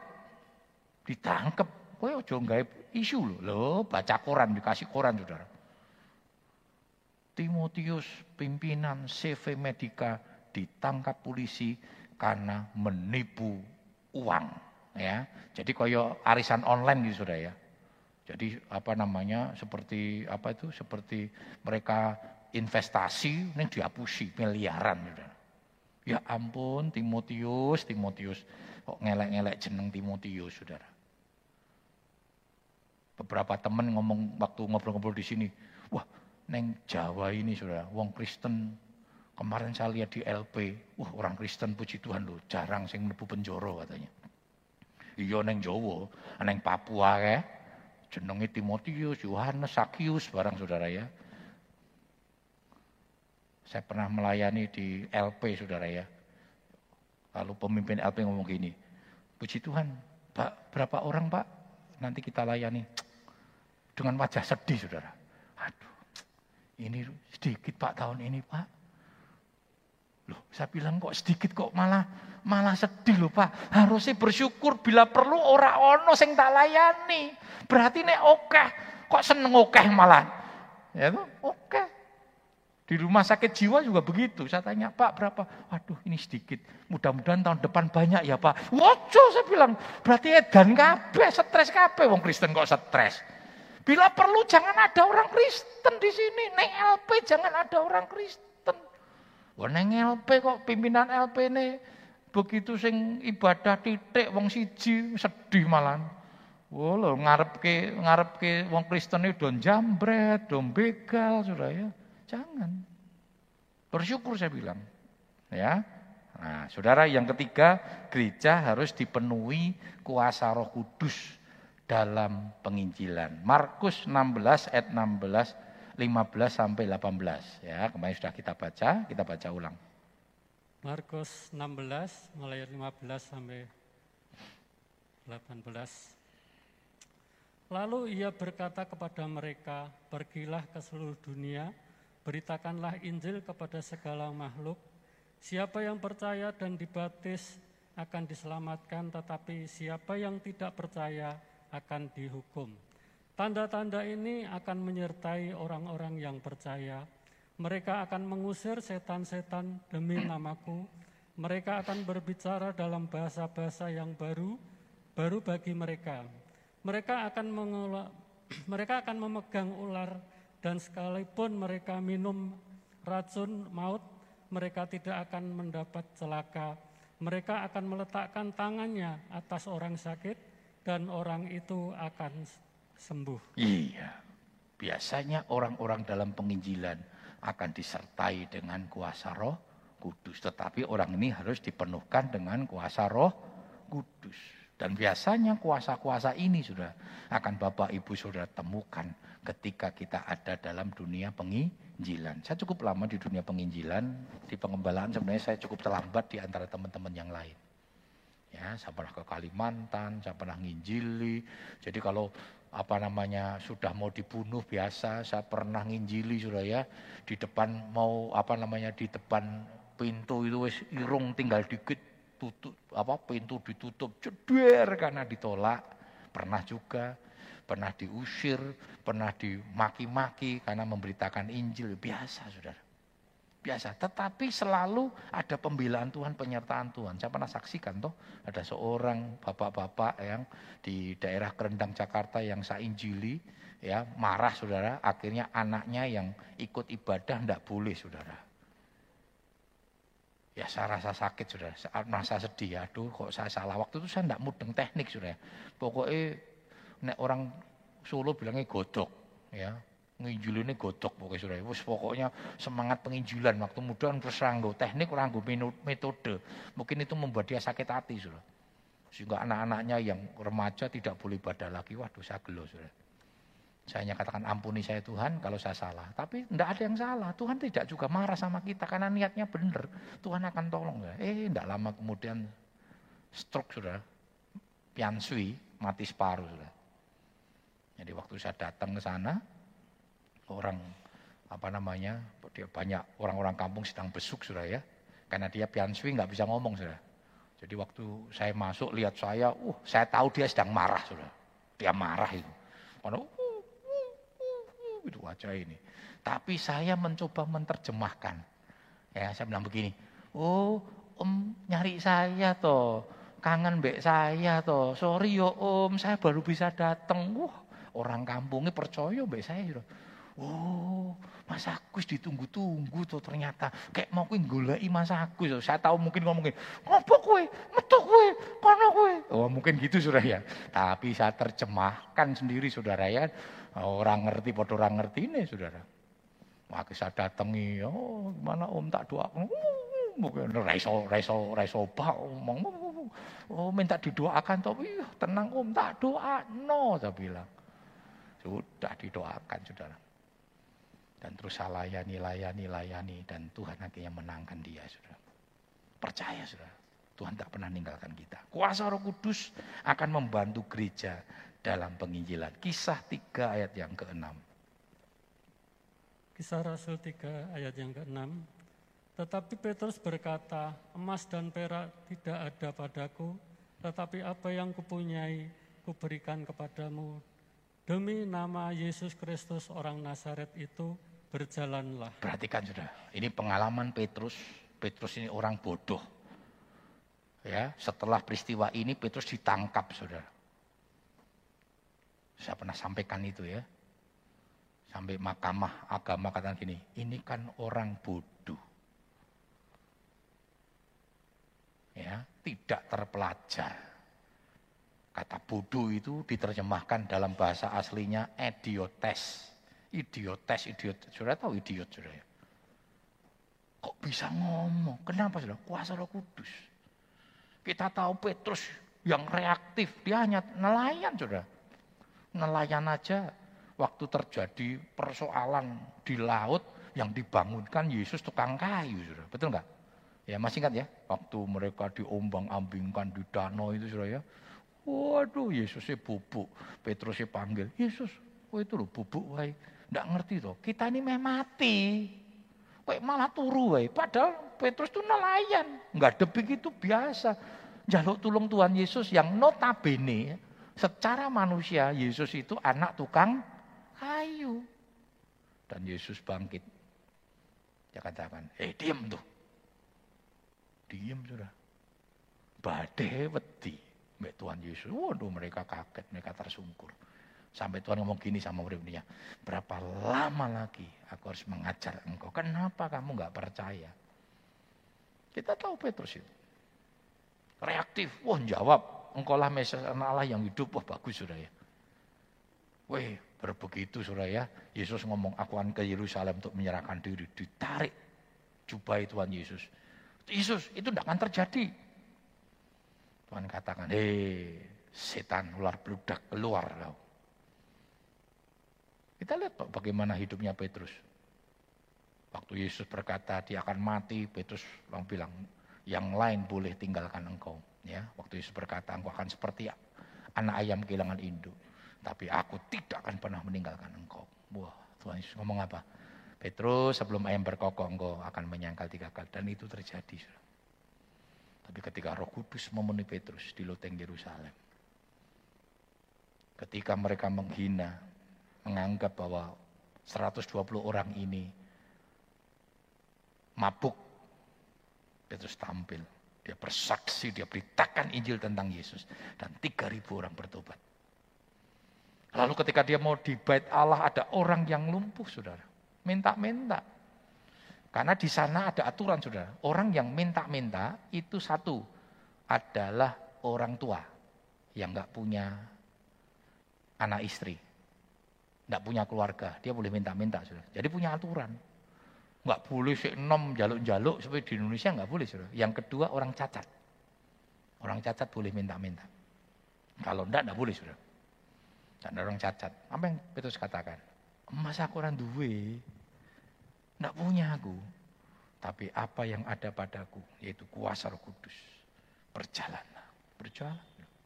Kowe ojo nggawe isu loh. Loh, baca koran, dikasih koran, saudara. Timotius, pimpinan CV Medica ditangkap polisi karena menipu uang, ya. Jadi koyo arisan online gitu, saudara ya. Jadi seperti mereka investasi ning dihapusi miliaran, saudara. Ya ampun, Timotius kok ngelek-ngelek jeneng Timotius, saudara. Beberapa teman ngomong waktu ngobrol-ngobrol di sini, wah, neng Jawa ini, saudara, wong Kristen. Kemarin saya lihat di LP, orang Kristen puji Tuhan loh, jarang sing mlebu penjara katanya. Iya neng Jawa, neng Papua ya, jenenge Timotius, Yohanes, Sakius barang, saudara ya. Saya pernah melayani di LP, saudara ya. Lalu pemimpin LP ngomong gini, puji Tuhan, Pak, berapa orang Pak? Nanti kita layani. Dengan wajah sedih, saudara. Aduh, ini sedikit Pak tahun ini Pak. Loh, saya bilang kok sedikit kok malah sedih loh Pak. Harusnya bersyukur bila perlu ora ono sing tak layani. Berarti nek okeh, kok seneng okeh malah. Ya tuh, okeh. Di rumah sakit jiwa juga begitu. Saya tanya, Pak berapa? Waduh, ini sedikit. Mudah-mudahan tahun depan banyak ya Pak. Wojo, saya bilang, berarti edan kabeh, stres kabeh wong Kristen kok stres. Bila perlu jangan ada orang Kristen di sini. Neng LP jangan ada orang Kristen. Wah neng LP kok pimpinan LP ini begitu sing ibadah titik wong siji sedih malah. Wah lho ngarepke wong Kristen itu don jambret, don begal, saudara ya. Jangan. Bersyukur saya bilang. Ya. Nah, saudara yang ketiga, gereja harus dipenuhi kuasa Roh Kudus dalam penginjilan. Markus 16 ayat 15 sampai 18 ya, kemarin sudah kita baca ulang. Markus 16 mulai 15 sampai 18. Lalu ia berkata kepada mereka, pergilah ke seluruh dunia, beritakanlah Injil kepada segala makhluk. Siapa yang percaya dan dibaptis akan diselamatkan, tetapi siapa yang tidak percaya akan dihukum. Tanda-tanda ini akan menyertai orang-orang yang percaya. Mereka akan mengusir setan-setan demi namaku. Mereka akan berbicara dalam bahasa-bahasa yang baru bagi mereka. Mereka akan memegang ular, dan sekalipun mereka minum racun maut, mereka tidak akan mendapat celaka. Mereka akan meletakkan tangannya atas orang sakit, dan orang itu akan sembuh. Iya, biasanya orang-orang dalam penginjilan akan disertai dengan kuasa Roh Kudus. Tetapi orang ini harus dipenuhkan dengan kuasa Roh Kudus. Dan biasanya kuasa-kuasa ini sudah akan Bapak Ibu Saudara temukan ketika kita ada dalam dunia penginjilan. Saya cukup lama di dunia penginjilan, di pengembalaan sebenarnya saya cukup terlambat di antara teman-teman yang lain. Ya, saya pernah ke Kalimantan, saya pernah nginjili. Jadi kalau sudah mau dibunuh biasa, saya pernah nginjili sudah ya, di depan di depan pintu itu wis irung tinggal dikit tutup pintu ditutup jeder karena ditolak. Pernah juga, pernah diusir, pernah dimaki-maki karena memberitakan Injil, biasa Saudara. Biasa, tetapi selalu ada pembelaan Tuhan, penyertaan Tuhan. Saya pernah saksikan ada seorang bapak-bapak yang di daerah Kerendang Jakarta yang saya injili, ya marah Saudara, akhirnya anaknya yang ikut ibadah enggak boleh Saudara. Ya saya rasa sakit Saudara, saya merasa sedih, aduh kok saya salah. Waktu itu saya enggak mudeng teknik Saudara. Pokoknya nek orang Solo bilangnya godok, ya. Nginjiline godok pokoknya Saudara. Pokoknya semangat penginjilan waktu muda terus nganggo teknik, ora nganggo metode. Mungkin itu membuat dia sakit hati Saudara. Sehingga anak-anaknya yang remaja tidak boleh ibadah lagi. Waduh, saya gelo Saudara. Saya hanya katakan ampuni saya Tuhan kalau saya salah. Tapi tidak ada yang salah. Tuhan tidak juga marah sama kita karena niatnya benar. Tuhan akan tolong ya. Tidak lama kemudian stroke saudara, piansui, mati separuh saudara. Jadi waktu saya datang ke sana, orang dia banyak orang-orang kampung sedang besuk saudara ya, karena dia piansui nggak bisa ngomong saudara. Jadi waktu saya masuk lihat saya tahu dia sedang marah saudara, dia marah itu, karena itu wajah ini. Tapi saya mencoba menerjemahkan, ya saya bilang begini, om nyari saya toh, kangen mbek saya toh, sorry yo om, saya baru bisa datang. Orang kampungnya percaya mbek saya sudah. Mas Agus ditunggu-tunggu tuh ternyata. Kayak mau kuwi goleki Mas Agus. Saya tahu mungkin ngomongin, ngopo kowe, metu kowe, kono kowe. Mungkin gitu sudah ya. Tapi saya terjemahkan sendiri saudara ya. Orang ngerti, padha orang ngerti ini saudara. Waktu saya datangi, gimana om tak doakan. Mungkin raiso ngomong. Minta didoakan toh. Tenang om, tak doakno saya bilang. Sudah didoakan saudara. Dan terus saya layani. Dan Tuhan akhirnya menangkan dia saudara. Percaya saudara. Tuhan tak pernah meninggalkan kita. Kuasa Roh Kudus akan membantu gereja dalam penginjilan. Kisah 3 ayat yang ke-6. Kisah Rasul 3 ayat yang ke-6. Tetapi Petrus berkata, emas dan perak tidak ada padaku, tetapi apa yang kupunyai kuberikan kepadamu. Demi nama Yesus Kristus orang Nazaret itu, berjalanlah. Perhatikan saudara, ini pengalaman Petrus. Petrus ini orang bodoh. Ya, setelah peristiwa ini Petrus ditangkap saudara. Saya pernah sampaikan itu ya. Sampai mahkamah agama katakan gini, ini kan orang bodoh. Ya, tidak terpelajar. Kata bodoh itu diterjemahkan dalam bahasa aslinya idiotes. Idiotes. Saudara tahu idiot saudara ya? Kok bisa ngomong? Kenapa saudara? Kuasa Roh Kudus. Kita tahu Petrus yang reaktif, dia hanya nelayan saudara. Nelayan aja waktu terjadi persoalan di laut yang dibangunkan Yesus tukang kayu saudara. Betul enggak? Ya masih ingat ya? Waktu mereka diombang-ambingkan di danau itu saudara ya. Waduh, Yesusnya bubuk. Petrusnya panggil, Yesus, itu loh bubuk wae. Nggak ngerti toh, kita ini mati. Kok malah turu wae. Padahal Petrus itu nelayan. Nggak begitu biasa. Jaluk tulung Tuhan Yesus yang notabene secara manusia Yesus itu anak tukang kayu. Dan Yesus bangkit. Dia katakan, diam tuh. Diam sudah. Badai wedi. Mbak Tuhan Yesus, waduh mereka kaget, mereka tersungkur. Sampai Tuhan ngomong gini sama murid-muridnya, berapa lama lagi aku harus mengajar engkau, kenapa kamu gak percaya? Kita tahu Petrus itu. Reaktif, jawab, engkau lah Mesias anak Allah yang hidup, bagus sudah ya. Berbegitu sudah ya, Yesus ngomong, aku akan ke Yerusalem untuk menyerahkan diri, ditarik jubah Tuhan Yesus. Yesus, itu tidak akan terjadi. Tuhan katakan, setan ular beludak keluar kau. Kita lihat bagaimana hidupnya Petrus. Waktu Yesus berkata dia akan mati, Petrus bilang, yang lain boleh tinggalkan engkau. Ya, waktu Yesus berkata, engkau akan seperti anak ayam kehilangan induk. Tapi aku tidak akan pernah meninggalkan engkau. Tuhan Yesus ngomong apa? Petrus, sebelum ayam berkokok engkau akan menyangkal 3 kali. Dan itu terjadi. Tapi ketika Roh Kudus memenuhi Petrus di loteng Yerusalem. Ketika mereka menghina, menganggap bahwa 120 orang ini mabuk. Petrus tampil, dia bersaksi, dia beritakan Injil tentang Yesus. Dan 3.000 orang bertobat. Lalu ketika dia mau di bait Allah ada orang yang lumpuh saudara. Minta-minta. Karena di sana ada aturan saudara. Orang yang minta-minta itu satu adalah orang tua yang nggak punya anak istri, nggak punya keluarga, dia boleh minta-minta saudara. Jadi punya aturan. Nggak boleh enom jaluk-jaluk seperti di Indonesia nggak boleh saudara. Yang kedua orang cacat. Orang cacat boleh minta-minta. Kalau nggak boleh saudara. Dan orang cacat. Apa yang Petrus katakan? Emas aku orang duwe. Tidak punya aku, tapi apa yang ada padaku, yaitu kuasa Roh Kudus. Berjalanlah. berjalan.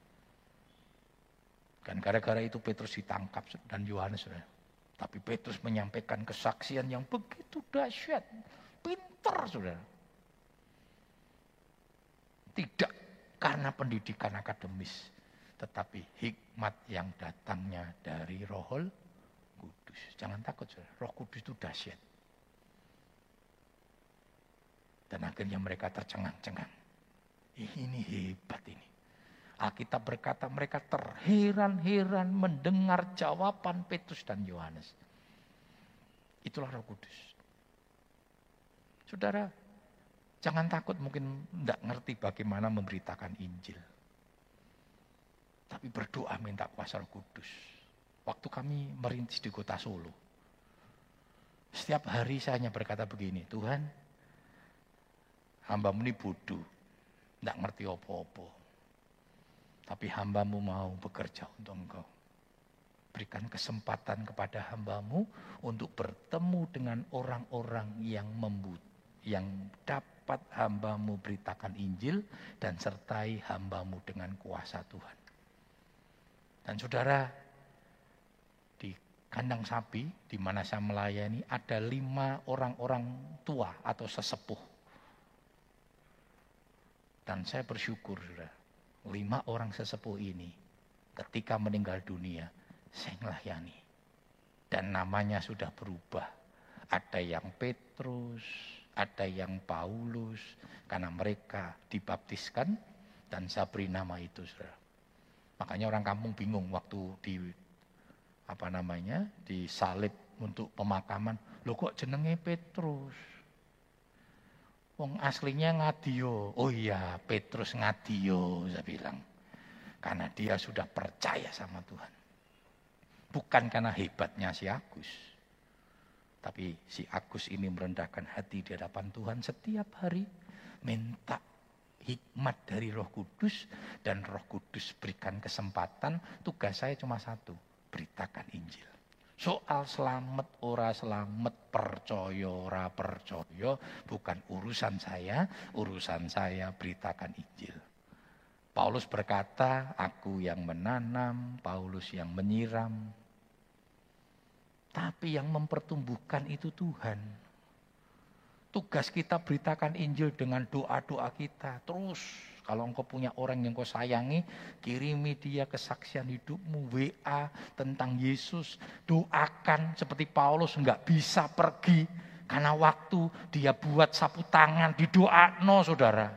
Kan gara-gara itu Petrus ditangkap dan Yohanes. Tapi Petrus menyampaikan kesaksian yang begitu dahsyat, pintar saudara. Tidak karena pendidikan akademis, tetapi hikmat yang datangnya dari Roh Kudus. Jangan takut saudara, Roh Kudus itu dahsyat. Dan akhirnya mereka tercengang-cengang. Ini hebat ini. Alkitab berkata mereka terheran-heran mendengar jawaban Petrus dan Yohanes. Itulah Roh Kudus. Saudara, jangan takut mungkin tidak ngerti bagaimana memberitakan Injil. Tapi berdoa minta kuasa Roh Kudus. Waktu kami merintis di kota Solo, setiap hari saya hanya berkata begini, Tuhan, hamba-Mu ini bodoh, tidak ngerti apa-apa. Tapi hamba-Mu mau bekerja untuk Engkau. Berikan kesempatan kepada hamba-Mu untuk bertemu dengan orang-orang yang dapat hamba-Mu beritakan Injil dan sertai hamba-Mu dengan kuasa Tuhan. Dan saudara, di kandang sapi di mana saya melayani ada 5 orang-orang tua atau sesepuh. Dan saya bersyukur saudara, 5 orang sesepuh ini ketika meninggal dunia saya melayani. Dan namanya sudah berubah. Ada yang Petrus, ada yang Paulus, karena mereka dibaptiskan dan saya beri nama itu saudara. Makanya orang kampung bingung waktu disalib untuk pemakaman. Loh kok jenenge Petrus? Wong aslinya Ngadio. Oh iya, Petrus Ngadio, saya bilang. Karena dia sudah percaya sama Tuhan. Bukan karena hebatnya si Agus. Tapi si Agus ini merendahkan hati di hadapan Tuhan setiap hari. Minta hikmat dari Roh Kudus. Dan Roh Kudus berikan kesempatan. Tugas saya cuma satu, beritakan Injil. Soal selamat ora selamat, percaya ora percaya, bukan urusan saya beritakan Injil. Paulus berkata, aku yang menanam, Paulus yang menyiram. Tapi yang mempertumbuhkan itu Tuhan. Tugas kita beritakan Injil dengan doa-doa kita. Terus kalau engkau punya orang yang kau sayangi, kirimi dia kesaksian hidupmu, WA tentang Yesus. Doakan seperti Paulus enggak bisa pergi. Karena waktu dia buat sapu tangan, didoakno saudara.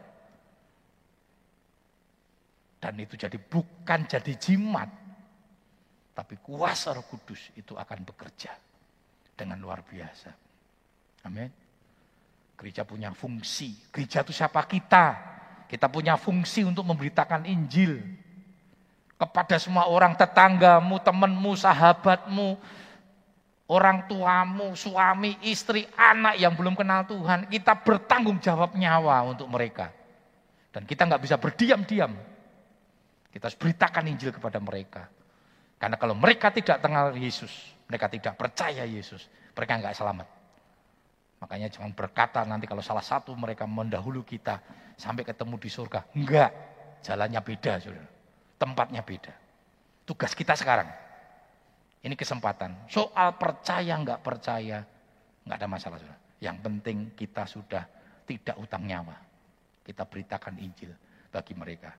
Dan itu bukan jadi jimat. Tapi kuasa Roh Kudus itu akan bekerja dengan luar biasa. Amin. Gereja punya fungsi. Gereja itu siapa? Kita. Kita punya fungsi untuk memberitakan Injil kepada semua orang, tetanggamu, temanmu, sahabatmu, orang tuamu, suami, istri, anak yang belum kenal Tuhan. Kita bertanggung jawab nyawa untuk mereka. Dan kita nggak bisa berdiam-diam. Kita harus beritakan Injil kepada mereka. Karena kalau mereka tidak kenal Yesus, mereka tidak percaya Yesus, mereka nggak selamat. Makanya jangan berkata nanti kalau salah satu mereka mendahului kita sampai ketemu di surga. Enggak, jalannya beda saudara. Tempatnya beda. Tugas kita sekarang. Ini kesempatan. Soal percaya enggak percaya, enggak ada masalah saudara. Yang penting kita sudah tidak utang nyawa. Kita beritakan Injil bagi mereka.